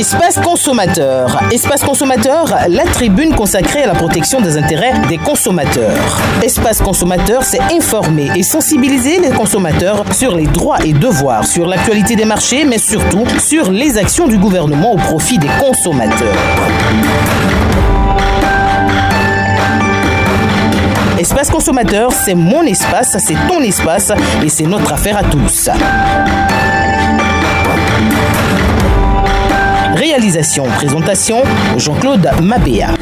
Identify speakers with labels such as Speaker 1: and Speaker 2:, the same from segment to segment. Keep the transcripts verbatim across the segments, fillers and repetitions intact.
Speaker 1: Espace consommateur. Espace consommateur, la tribune consacrée à la protection des intérêts des consommateurs. Espace consommateur, c'est informer et sensibiliser les consommateurs sur les droits et devoirs, sur l'actualité des marchés, mais surtout sur les actions du gouvernement au profit des consommateurs. Espace consommateur, c'est mon espace, c'est ton espace et c'est notre affaire à tous. Réalisation, présentation, Jean-Claude Mabéa.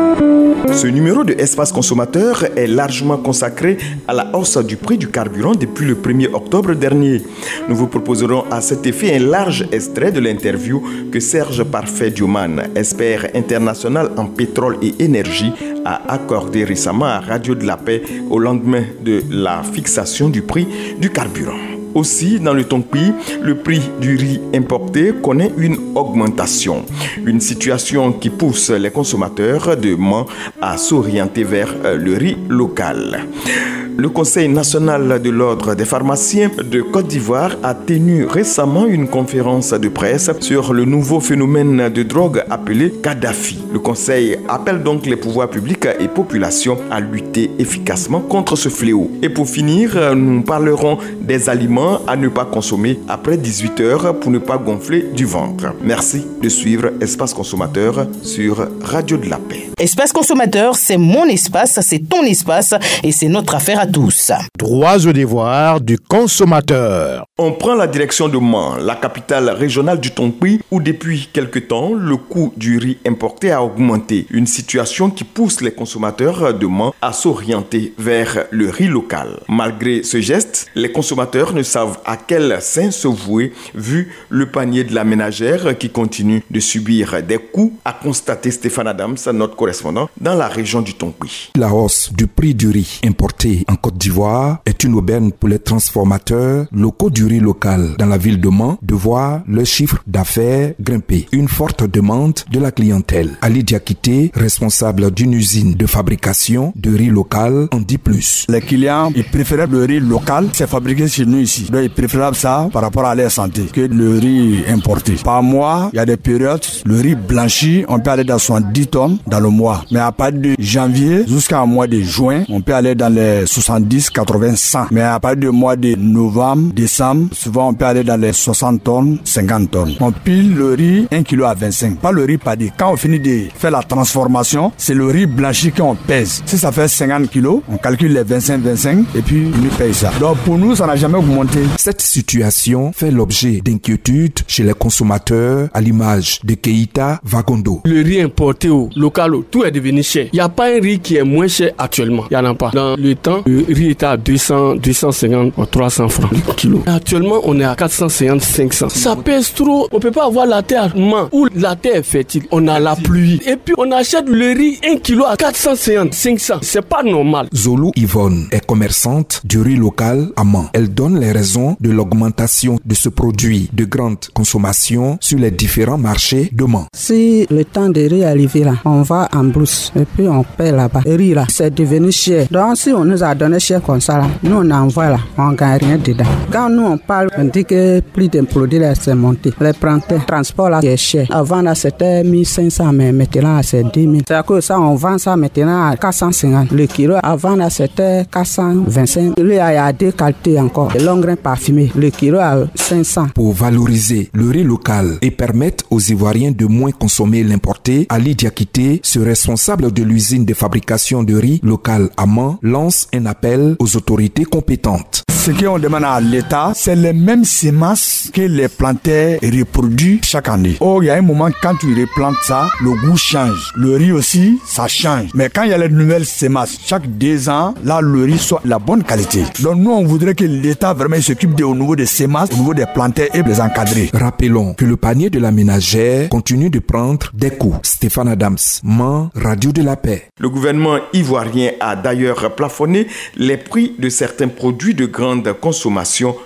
Speaker 2: Ce numéro de Espace Consommateur est largement consacré à la hausse du prix du carburant depuis le premier octobre dernier. Nous vous proposerons à cet effet un large extrait de l'interview que Serge Parfait Dioman, expert international en pétrole et énergie, a accordé récemment à Radio de la Paix au lendemain de la fixation du prix du carburant. Aussi, dans le Tongpi, le prix du riz importé connaît une augmentation. Une situation qui pousse les consommateurs de Mans à s'orienter vers le riz local. Le Conseil national de l'ordre des pharmaciens de Côte d'Ivoire a tenu récemment une conférence de presse sur le nouveau phénomène de drogue appelé Kadhafi. Le Conseil appelle donc les pouvoirs publics et populations à lutter efficacement contre ce fléau. Et pour finir, nous parlerons des aliments à ne pas consommer après dix-huit heures pour ne pas gonfler du ventre. Merci de suivre Espace Consommateur sur Radio de la Paix.
Speaker 1: Espace Consommateur, c'est mon espace, c'est ton espace et c'est notre affaire à tous.
Speaker 3: Droits et devoirs du consommateur.
Speaker 2: On prend la direction de Mans, la capitale régionale du Tongpi, où depuis quelque temps, le coût du riz importé a augmenté. Une situation qui pousse les consommateurs de Mans à s'orienter vers le riz local. Malgré ce geste, les consommateurs ne savent à quel sein se vouer vu le panier de la ménagère qui continue de subir des coûts, a constaté Stéphane Adams, notre correspondant dans la région du Tongpi.
Speaker 4: La hausse du prix du riz importé en Côte d'Ivoire est une aubaine pour les transformateurs locaux du riz local dans la ville de Mans de voir le chiffre d'affaires grimper. Une forte demande de la clientèle. Ali Diakité, responsable d'une usine de fabrication de riz local, en dit plus.
Speaker 5: Les clients, ils préfèrent le riz local, c'est fabriqué chez nous ici. Donc ils préfèrent ça par rapport à leur santé que le riz importé. Par mois, il y a des périodes, le riz blanchi, on peut aller dans soixante-dix tonnes dans le mois. Mais à partir de janvier jusqu'à mois de juin, on peut aller dans les soixante-dix, quatre-vingts, cent. Mais à partir du mois de novembre, décembre, souvent on peut aller dans les soixante tonnes, cinquante tonnes. On pile le riz un kilo à vingt-cinq. Pas le riz padé. Quand on finit de faire la transformation, c'est le riz blanchi qu'on pèse. Si ça fait cinquante kilos, on calcule les vingt-cinq, vingt-cinq et puis on nous paye ça. Donc pour nous, ça n'a jamais augmenté.
Speaker 4: Cette situation fait l'objet d'inquiétudes chez les consommateurs à l'image de Keita Vagondo.
Speaker 6: Le riz importé au local, tout est devenu cher. Il n'y a pas un riz qui est moins cher actuellement. Il n'y en a pas. Dans le temps, le riz était à deux cents, deux cent cinquante ou trois cents francs le kilo. Actuellement, on est à quatre cent cinquante, cinq cents. Ça pèse trop. On ne peut pas avoir la terre où la terre est fertile. On a la pluie. Et puis, on achète le riz un kilo à quatre cent cinquante, cinq cents. C'est pas normal.
Speaker 4: Zolou Yvonne est commerçante du riz local à Mans. Elle donne les raisons de l'augmentation de ce produit de grande consommation sur les différents marchés de Mans.
Speaker 7: Si le temps de riz est arrivé là, on va en brousse et puis on paie là-bas. Le riz là, c'est devenu cher. Donc si on nous a donné cher comme ça là, nous on envoie là, on ne gagne rien dedans. Quand nous on parle, on dit que le prix d'un produit là c'est monté. Les transports là c'est cher. Avant là c'était mille cinq cents, mais maintenant c'est dix mille. C'est à cause de ça on vend ça maintenant à quatre cent cinquante. Le kilo avant là c'était quatre cent vingt-cinq. Il y a deux qualités encore. Le long grain parfumé, le kilo à cinq cents.
Speaker 4: Pour valoriser le riz local et permettre aux Ivoiriens de moins consommer l'importé, Ali Diakité, ce responsable de l'usine de fabrication de riz local à Mans, lance un appel aux autorités compétentes.
Speaker 5: Ce qu'on demande à l'État, c'est les mêmes semences que les planteurs reproduisent chaque année. Oh, il y a un moment quand tu replantes ça, le goût change. Le riz aussi, ça change. Mais quand il y a les nouvelles semences, chaque deux ans, là, le riz soit de la bonne qualité. Donc nous, on voudrait que l'État vraiment s'occupe de, au niveau des semences, au niveau des planteurs et les encadrer.
Speaker 4: Rappelons que le panier de la ménagère continue de prendre des coups. Stéphane Adams, Mans, Radio de la Paix.
Speaker 2: Le gouvernement ivoirien a d'ailleurs plafonné les prix de certains produits de grande consommation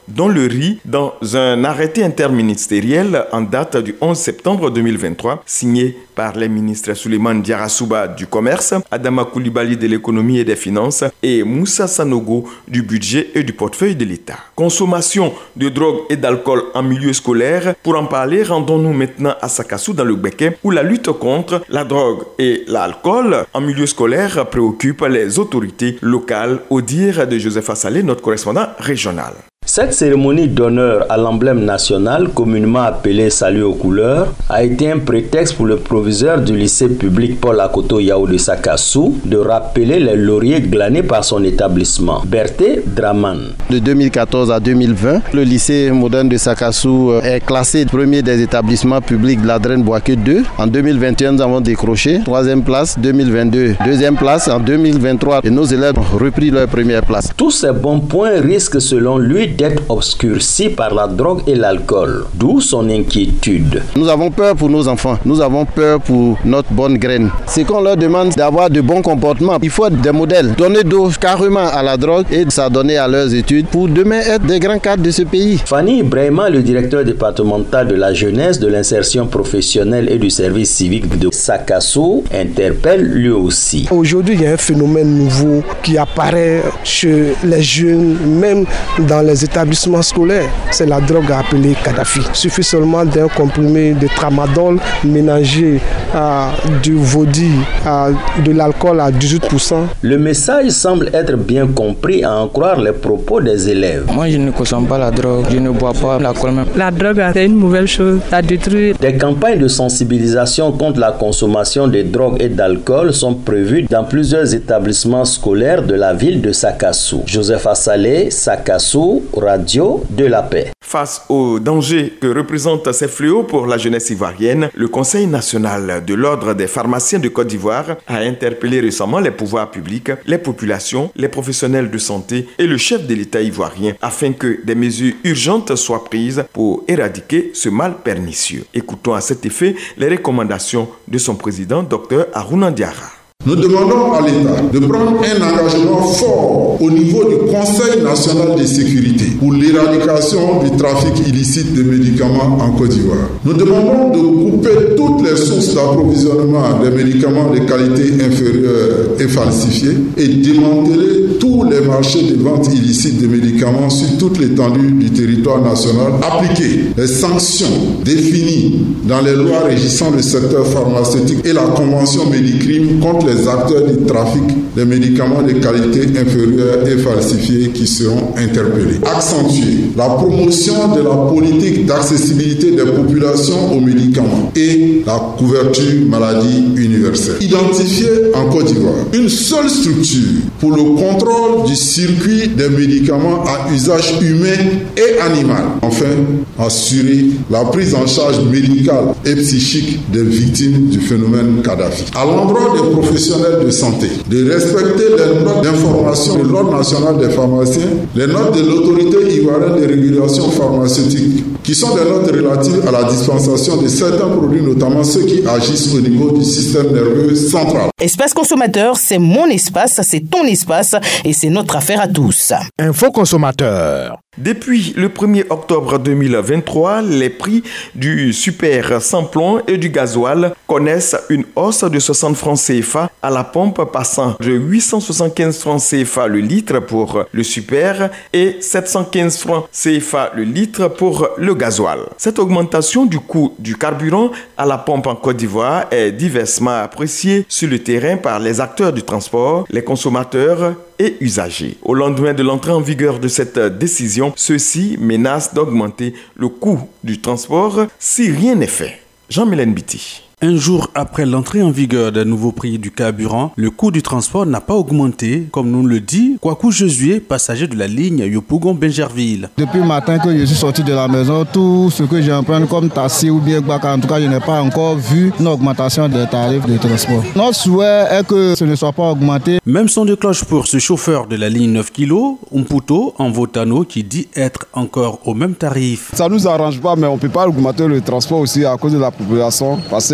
Speaker 2: dont le riz, dans un arrêté interministériel en date du onze septembre deux mille vingt-trois, signé par les ministres Souleymane Diarra-Souba du Commerce, Adama Koulibaly de l'Économie et des Finances et Moussa Sanogo du Budget et du Portefeuille de l'État. Consommation de drogue et d'alcool en milieu scolaire. Pour en parler, rendons-nous maintenant à Sakassou dans le Béké, où la lutte contre la drogue et l'alcool en milieu scolaire préoccupe les autorités locales, au dire de Joseph Assalé, notre correspondant régional.
Speaker 8: Cette cérémonie d'honneur à l'emblème national, communément appelée Salut aux couleurs, a été un prétexte pour le proviseur du lycée public Paul Akoto Yao de Sakassou de rappeler les lauriers glanés par son établissement. Berthé Draman.
Speaker 9: De deux mille quatorze à deux mille vingt, le lycée moderne de Sakassou est classé premier des établissements publics de la Draine Boaké deux. En deux mille vingt et un, nous avons décroché troisième place, deux mille vingt-deux, deuxième place en deux mille vingt-trois et nos élèves ont repris leur première place.
Speaker 8: Tous ces bons points risquent selon lui d'être obscurcis par la drogue et l'alcool, d'où son inquiétude.
Speaker 9: Nous avons peur pour nos enfants, nous avons peur pour notre bonne graine. C'est qu'on leur demande d'avoir de bons comportements. Il faut des modèles, donner d'eau carrément à la drogue et s'adonner à leurs études pour demain être des grands cadres de ce pays.
Speaker 8: Fanny Ibrahima, le directeur départemental de la jeunesse, de l'insertion professionnelle et du service civique de Sakassou, interpelle lui aussi.
Speaker 10: Aujourd'hui, il y a un phénomène nouveau qui apparaît chez les jeunes, même dans les établissements scolaires. C'est la drogue appelée Kadhafi. Il suffit seulement d'un comprimé de tramadol mélangé à du vodka, à de l'alcool à dix-huit pour cent.
Speaker 8: Le message semble être bien compris à en croire les propos des élèves.
Speaker 11: Moi, je ne consomme pas la drogue, je ne bois pas l'alcool même.
Speaker 12: La drogue, c'est une mauvaise chose, ça détruit.
Speaker 8: Des campagnes de sensibilisation contre la consommation de drogue et d'alcool sont prévues dans plusieurs établissements scolaires de la ville de Sakassou. Joseph Assalé, Sakassou, Radio de la Paix.
Speaker 2: Face aux dangers que représentent ces fléaux pour la jeunesse ivoirienne, le Conseil national de l'Ordre des pharmaciens de Côte d'Ivoire a interpellé récemment les pouvoirs publics, les populations, les professionnels de santé et le chef de l'État ivoirien afin que des mesures urgentes soient prises pour éradiquer ce mal pernicieux. Écoutons à cet effet les recommandations de son président, Dr Harouna Diarra.
Speaker 13: Nous demandons à l'État de prendre un engagement fort au niveau du Conseil national de sécurité pour l'éradication du trafic illicite de médicaments en Côte d'Ivoire. Nous demandons de couper toutes les sources d'approvisionnement des médicaments de qualité inférieure et falsifiés et démanteler tous les marchés de vente illicite de médicaments sur toute l'étendue du territoire national, appliquer les sanctions définies dans les lois régissant le secteur pharmaceutique et la Convention Médicrime contre les les acteurs du trafic des médicaments de qualité inférieure et falsifiés qui seront interpellés. Accentuer la promotion de la politique d'accessibilité des populations aux médicaments et la couverture maladie universelle. Identifier en Côte d'Ivoire une seule structure pour le contrôle du circuit des médicaments à usage humain et animal. Enfin, assurer la prise en charge médicale et psychique des victimes du phénomène Kadhafi. À l'endroit des professionnels de santé, de respecter les notes d'information de l'Ordre national des pharmaciens, les notes de l'autorité ivoirienne de régulation pharmaceutique, qui sont des notes relatives à la dispensation de certains produits, notamment ceux qui agissent au niveau du système nerveux central.
Speaker 1: Espace consommateur, c'est mon espace, c'est ton espace et c'est notre affaire à tous.
Speaker 3: Info consommateur.
Speaker 2: Depuis le premier octobre deux mille vingt-trois, les prix du super sans plomb et du gasoil connaissent une hausse de soixante francs C F A à la pompe, passant de huit cent soixante-quinze francs C F A le litre pour le super et sept cent quinze francs C F A le litre pour le gasoil. Cette augmentation du coût du carburant à la pompe en Côte d'Ivoire est diversement appréciée sur le terrain par les acteurs du transport, les consommateurs et usagers. Au lendemain de l'entrée en vigueur de cette décision, ceux-ci menacent d'augmenter le coût du transport si rien n'est fait. Jean-Mélène Biti.
Speaker 14: Un jour après l'entrée en vigueur des nouveaux prix du carburant, le coût du transport n'a pas augmenté, comme nous le dit Kwaku Josué, passager de la ligne Yopougon-Benjerville.
Speaker 15: Depuis le matin que je suis sorti de la maison, tout ce que j'emprunte comme taxi ou bien Gbaka, en tout cas, je n'ai pas encore vu une augmentation des tarifs de transport. Notre souhait est que ce ne soit pas augmenté.
Speaker 14: Même son de cloche pour ce chauffeur de la ligne neuf kilos, Umputo, en Votano, qui dit être encore au même tarif.
Speaker 16: Ça ne nous arrange pas, mais on ne peut pas augmenter le transport aussi à cause de la population, parce que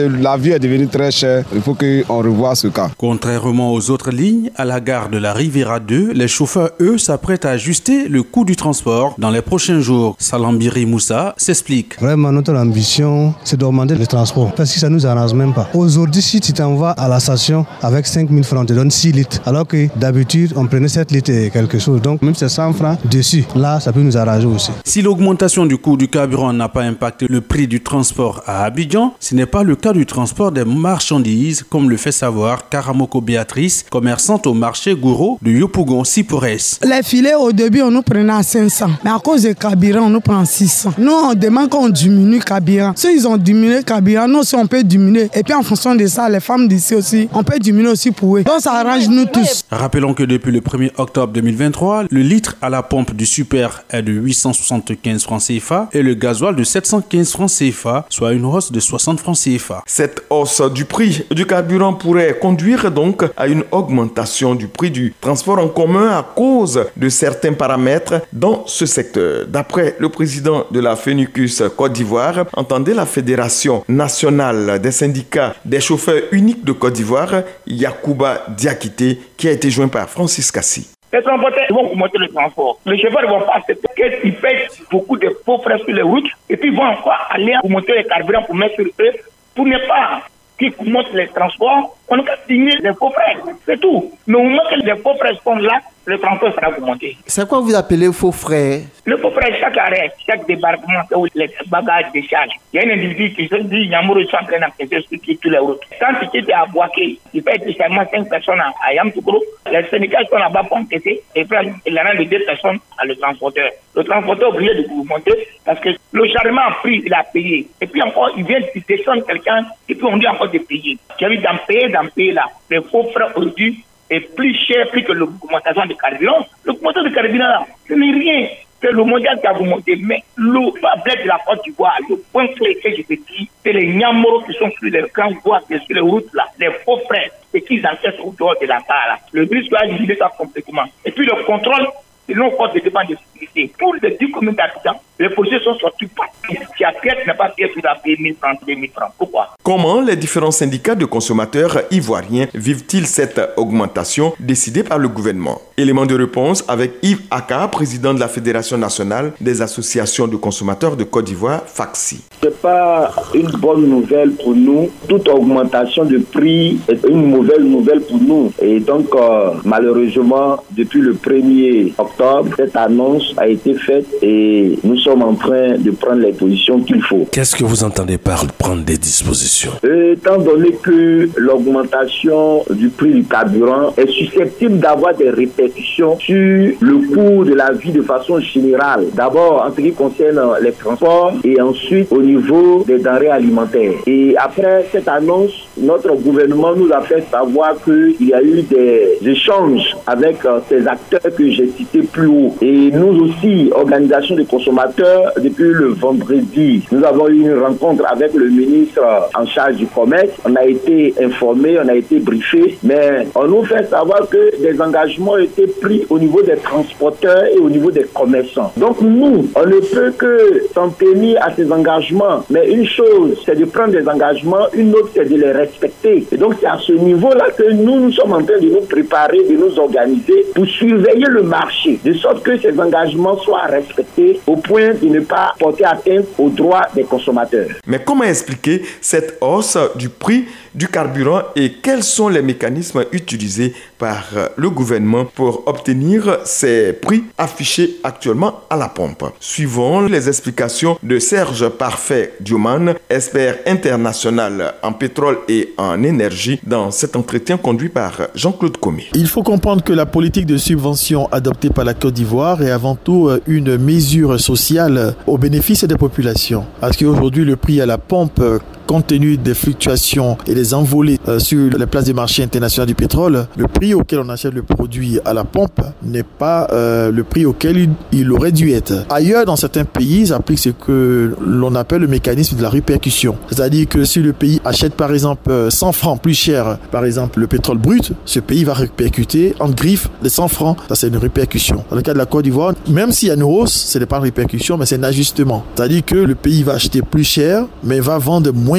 Speaker 15: la vie est devenue très chère. Il faut qu'on revoie ce cas.
Speaker 14: Contrairement aux autres lignes, à la gare de la Riviera deux, les chauffeurs, eux, s'apprêtent à ajuster le coût du transport dans les prochains jours. Salambiri Moussa s'explique.
Speaker 16: Vraiment, notre ambition, c'est d'augmenter le transport parce que ça ne nous arrange même pas. Aujourd'hui, si tu t'en vas à la station avec cinq mille francs, on te donne six litres. Alors que d'habitude, on prenait sept litres et quelque chose. Donc, même si c'est cent francs dessus, là, ça peut nous arranger aussi.
Speaker 14: Si l'augmentation du coût du carburant n'a pas impacté le prix du transport à Abidjan, ce n'est pas le cas du transport des marchandises, comme le fait savoir Karamoko Béatrice, commerçante au marché Gouro de Yopougon-Sipores.
Speaker 17: Les filets, au début, on nous prenait à cinq cents. Mais à cause du carburant, on nous prend six cents. Nous, on demande qu'on diminue le carburant. Si ils ont diminué le carburant, nous aussi, on peut diminuer. Et puis, en fonction de ça, les femmes d'ici aussi, on peut diminuer aussi pour eux. Donc, ça arrange nous tous.
Speaker 14: Rappelons que depuis le premier octobre deux mille vingt-trois, le litre à la pompe du super est de huit cent soixante-quinze francs C F A et le gasoil de sept cent quinze francs C F A, soit une hausse de soixante francs C F A.
Speaker 2: Cette hausse du prix du carburant pourrait conduire donc à une augmentation du prix du transport en commun à cause de certains paramètres dans ce secteur. D'après le président de la FENUCUS Côte d'Ivoire, entendez la Fédération nationale des syndicats des chauffeurs uniques de Côte d'Ivoire, Yacouba Diakité, qui a été joint par Francis Kassi.
Speaker 18: Les transporteurs vont augmenter le transport. Les chauffeurs ne vont pas accepter qu'ils payent beaucoup de faux frais sur les routes et puis vont encore aller augmenter les carburants pour mettre sur eux pour ne pas qu'ils augmentent les transports. On n'a qu'à signer les faux frais. C'est tout. Mais au moment que les faux frais sont là, le transport sera augmenté.
Speaker 19: C'est quoi vous appelez faux frais?
Speaker 18: Le faux frais, chaque arrêt, chaque débarquement, les bagages de charge. Il y a un individu qui se dit Yamuro est en train d'encaisser sur toutes les routes. Quand tu es à Boaké, il fait seulement cinq personnes à Yamtoukro. Les syndicats sont là-bas pour encaisser et faire l'arrêt de deux personnes à le transporteur. Le transporteur est obligé de vous monter parce que le chargement a pris, il a payé. Et puis encore, il vient de descendre quelqu'un et puis on dit encore de payer. J'ai envie d'en payer, d'en payer là. Les faux frais aujourd'hui est plus cher plus que l'augmentation de carburant. L'augmentation de carburant là, ce n'est rien. C'est le mondial qui a augmenté. Mais le bled de la Côte d'Ivoire, le point clé que je te dis, c'est les Nyamoro qui sont sur les grandes voies, sur les routes là, les faux frais, et qu'ils encaissent au dehors de la gare là. Le ministre a éliminé ça complètement. Et puis le contrôle, c'est non force de défense de sécurité. Pour les dix communes d'habitants, les policiers sont sortis partout. Si la pièce n'a pas payé, tu dois payer mille francs, deux mille francs. Pourquoi?
Speaker 2: Comment les différents syndicats de consommateurs ivoiriens vivent-ils cette augmentation décidée par le gouvernement? Élément de réponse avec Yves Aka, président de la Fédération nationale des associations de consommateurs de Côte d'Ivoire, FACSI.
Speaker 20: Ce n'est pas une bonne nouvelle pour nous. Toute augmentation de prix est une mauvaise nouvelle pour nous. Et donc, euh, malheureusement, depuis le premier octobre, cette annonce a été faite et nous sommes en train de prendre les positions qu'il faut.
Speaker 21: Qu'est-ce que vous entendez par prendre des dispositions?
Speaker 20: Étant donné que l'augmentation du prix du carburant est susceptible d'avoir des répercussions sur le coût de la vie de façon générale. D'abord en ce qui concerne les transports et ensuite au niveau des denrées alimentaires. Et après cette annonce, notre gouvernement nous a fait savoir qu'il y a eu des échanges avec ces acteurs que j'ai cités plus haut. Et nous aussi, organisation des consommateurs, depuis le vendredi, nous avons eu une rencontre avec le ministre en charge du commerce. On a été informés, on a été briefés, mais on nous fait savoir que des engagements ont été pris au niveau des transporteurs et au niveau des commerçants. Donc nous, on ne peut que s'en tenir à ces engagements. Mais une chose, c'est de prendre des engagements, une autre, c'est de les respecter. Et donc c'est à ce niveau-là que nous, nous sommes en train de nous préparer, de nous organiser pour surveiller le marché, de sorte que ces engagements soient respectés au point de ne pas porter atteinte aux droits des consommateurs.
Speaker 2: Mais comment expliquer cette hausse du prix du carburant et quels sont les mécanismes utilisés par le gouvernement pour obtenir ces prix affichés actuellement à la pompe? Suivons les explications de Serge Parfait Dioman, expert international en pétrole et en énergie, dans cet entretien conduit par Jean-Claude Comé.
Speaker 22: Il faut comprendre que la politique de subvention adoptée par la Côte d'Ivoire est avant tout une mesure sociale au bénéfice des populations. Parce qu'aujourd'hui, le prix à la pompe, compte tenu des fluctuations et des envolées euh, sur les places des marchés internationaux du pétrole, le prix auquel on achète le produit à la pompe n'est pas euh, le prix auquel il, il aurait dû être. Ailleurs, dans certains pays, ils appliquent ce que l'on appelle le mécanisme de la répercussion. C'est-à-dire que si le pays achète par exemple cent francs plus cher, par exemple le pétrole brut, ce pays va répercuter en griffe les cent francs. Ça, c'est une répercussion. Dans le cas de la Côte d'Ivoire, même s'il y a une hausse, ce n'est pas une répercussion, mais c'est un ajustement. C'est-à-dire que le pays va acheter plus cher, mais va vendre moins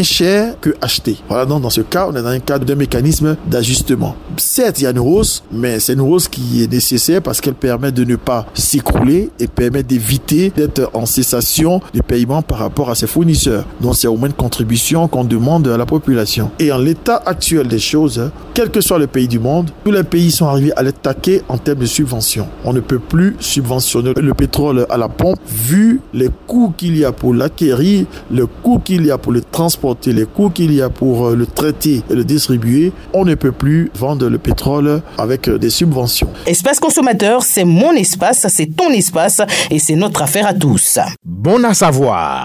Speaker 22: moins cher que acheter. Voilà, donc dans ce cas, on est dans un cadre d'un mécanisme d'ajustement. Certes, il y a une hausse, mais c'est une hausse qui est nécessaire parce qu'elle permet de ne pas s'écrouler et permet d'éviter d'être en cessation de paiement par rapport à ses fournisseurs. Donc c'est au moins une contribution qu'on demande à la population. Et en l'état actuel des choses, quel que soit le pays du monde, tous les pays sont arrivés à l'être taqués en termes de subventions. On ne peut plus subventionner le pétrole à la pompe vu les coûts qu'il y a pour l'acquérir, le coût qu'il y a pour le transporter, les coûts qu'il y a pour le traiter et le distribuer. On ne peut plus vendre le pétrole avec des subventions.
Speaker 1: Espace consommateur, c'est mon espace, c'est ton espace et c'est notre affaire à tous.
Speaker 3: Bon à savoir.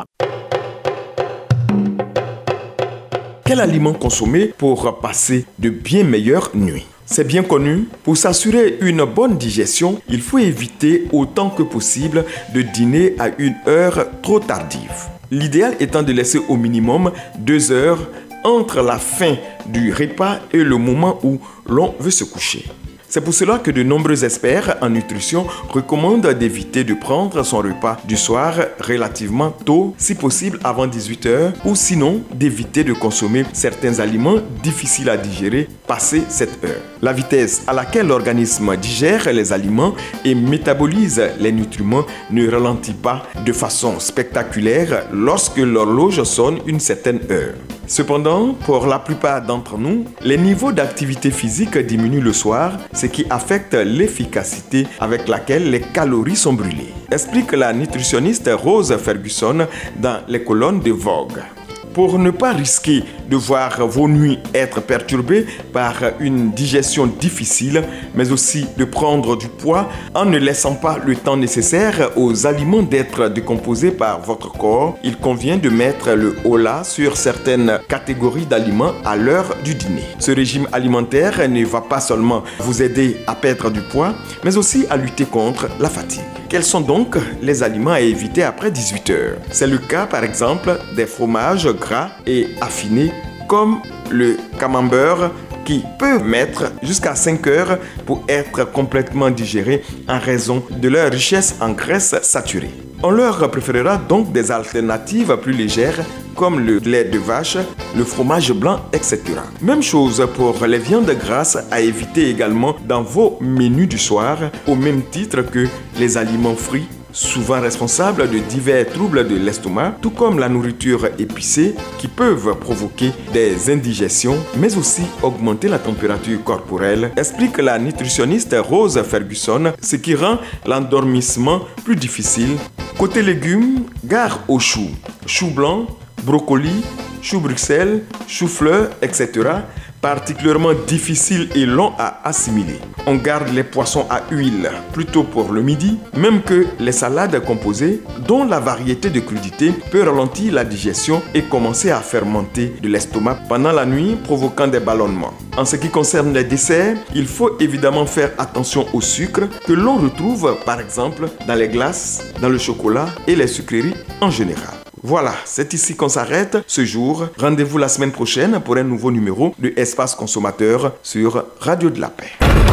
Speaker 2: Quel aliment consommer pour passer de bien meilleures nuits? C'est bien connu, pour s'assurer une bonne digestion, il faut éviter autant que possible de dîner à une heure trop tardive. L'idéal étant de laisser au minimum deux heures entre la fin du repas et le moment où l'on veut se coucher. C'est pour cela que de nombreux experts en nutrition recommandent d'éviter de prendre son repas du soir relativement tôt, si possible avant dix-huit heures, ou sinon d'éviter de consommer certains aliments difficiles à digérer passé cette heure. La vitesse à laquelle l'organisme digère les aliments et métabolise les nutriments ne ralentit pas de façon spectaculaire lorsque l'horloge sonne une certaine heure. Cependant, pour la plupart d'entre nous, les niveaux d'activité physique diminuent le soir, ce qui affecte l'efficacité avec laquelle les calories sont brûlées, explique la nutritionniste Rose Ferguson dans les colonnes de Vogue. Pour ne pas risquer de voir vos nuits être perturbées par une digestion difficile, mais aussi de prendre du poids en ne laissant pas le temps nécessaire aux aliments d'être décomposés par votre corps, il convient de mettre le holà sur certaines catégories d'aliments à l'heure du dîner. Ce régime alimentaire ne va pas seulement vous aider à perdre du poids, mais aussi à lutter contre la fatigue. Quels sont donc les aliments à éviter après dix-huit heures? C'est le cas par exemple des fromages gras et affinés comme le camembert qui peut mettre jusqu'à cinq heures pour être complètement digéré en raison de leur richesse en graisses saturées. On leur préférera donc des alternatives plus légères comme le lait de vache, le fromage blanc, et cetera. Même chose pour les viandes grasses à éviter également dans vos menus du soir, au même titre que les aliments frits, souvent responsables de divers troubles de l'estomac, tout comme la nourriture épicée qui peuvent provoquer des indigestions, mais aussi augmenter la température corporelle, explique la nutritionniste Rose Ferguson, ce qui rend l'endormissement plus difficile. Côté légumes, gare aux choux, choux blancs, brocolis, choux Bruxelles, choux-fleurs, et cetera, particulièrement difficile et long à assimiler. On garde les poissons à huile plutôt pour le midi, même que les salades composées, dont la variété de crudités peut ralentir la digestion et commencer à fermenter de l'estomac pendant la nuit, provoquant des ballonnements. En ce qui concerne les desserts, il faut évidemment faire attention au sucre que l'on retrouve par exemple dans les glaces, dans le chocolat et les sucreries en général. Voilà, c'est ici qu'on s'arrête ce jour. Rendez-vous la semaine prochaine pour un nouveau numéro de Espace Consommateur sur Radio de la Paix.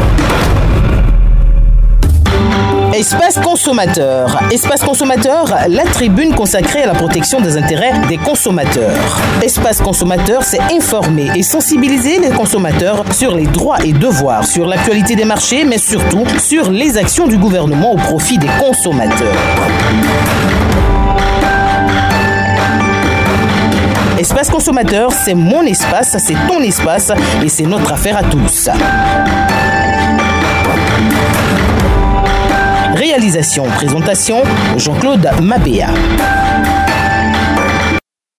Speaker 1: Espace consommateur. Espace consommateur, la tribune consacrée à la protection des intérêts des consommateurs. Espace consommateur, c'est informer et sensibiliser les consommateurs sur les droits et devoirs, sur l'actualité des marchés, mais surtout sur les actions du gouvernement au profit des consommateurs. Espace consommateur, c'est mon espace, c'est ton espace et c'est notre affaire à tous. Réalisation, présentation, Jean-Claude Mabéa.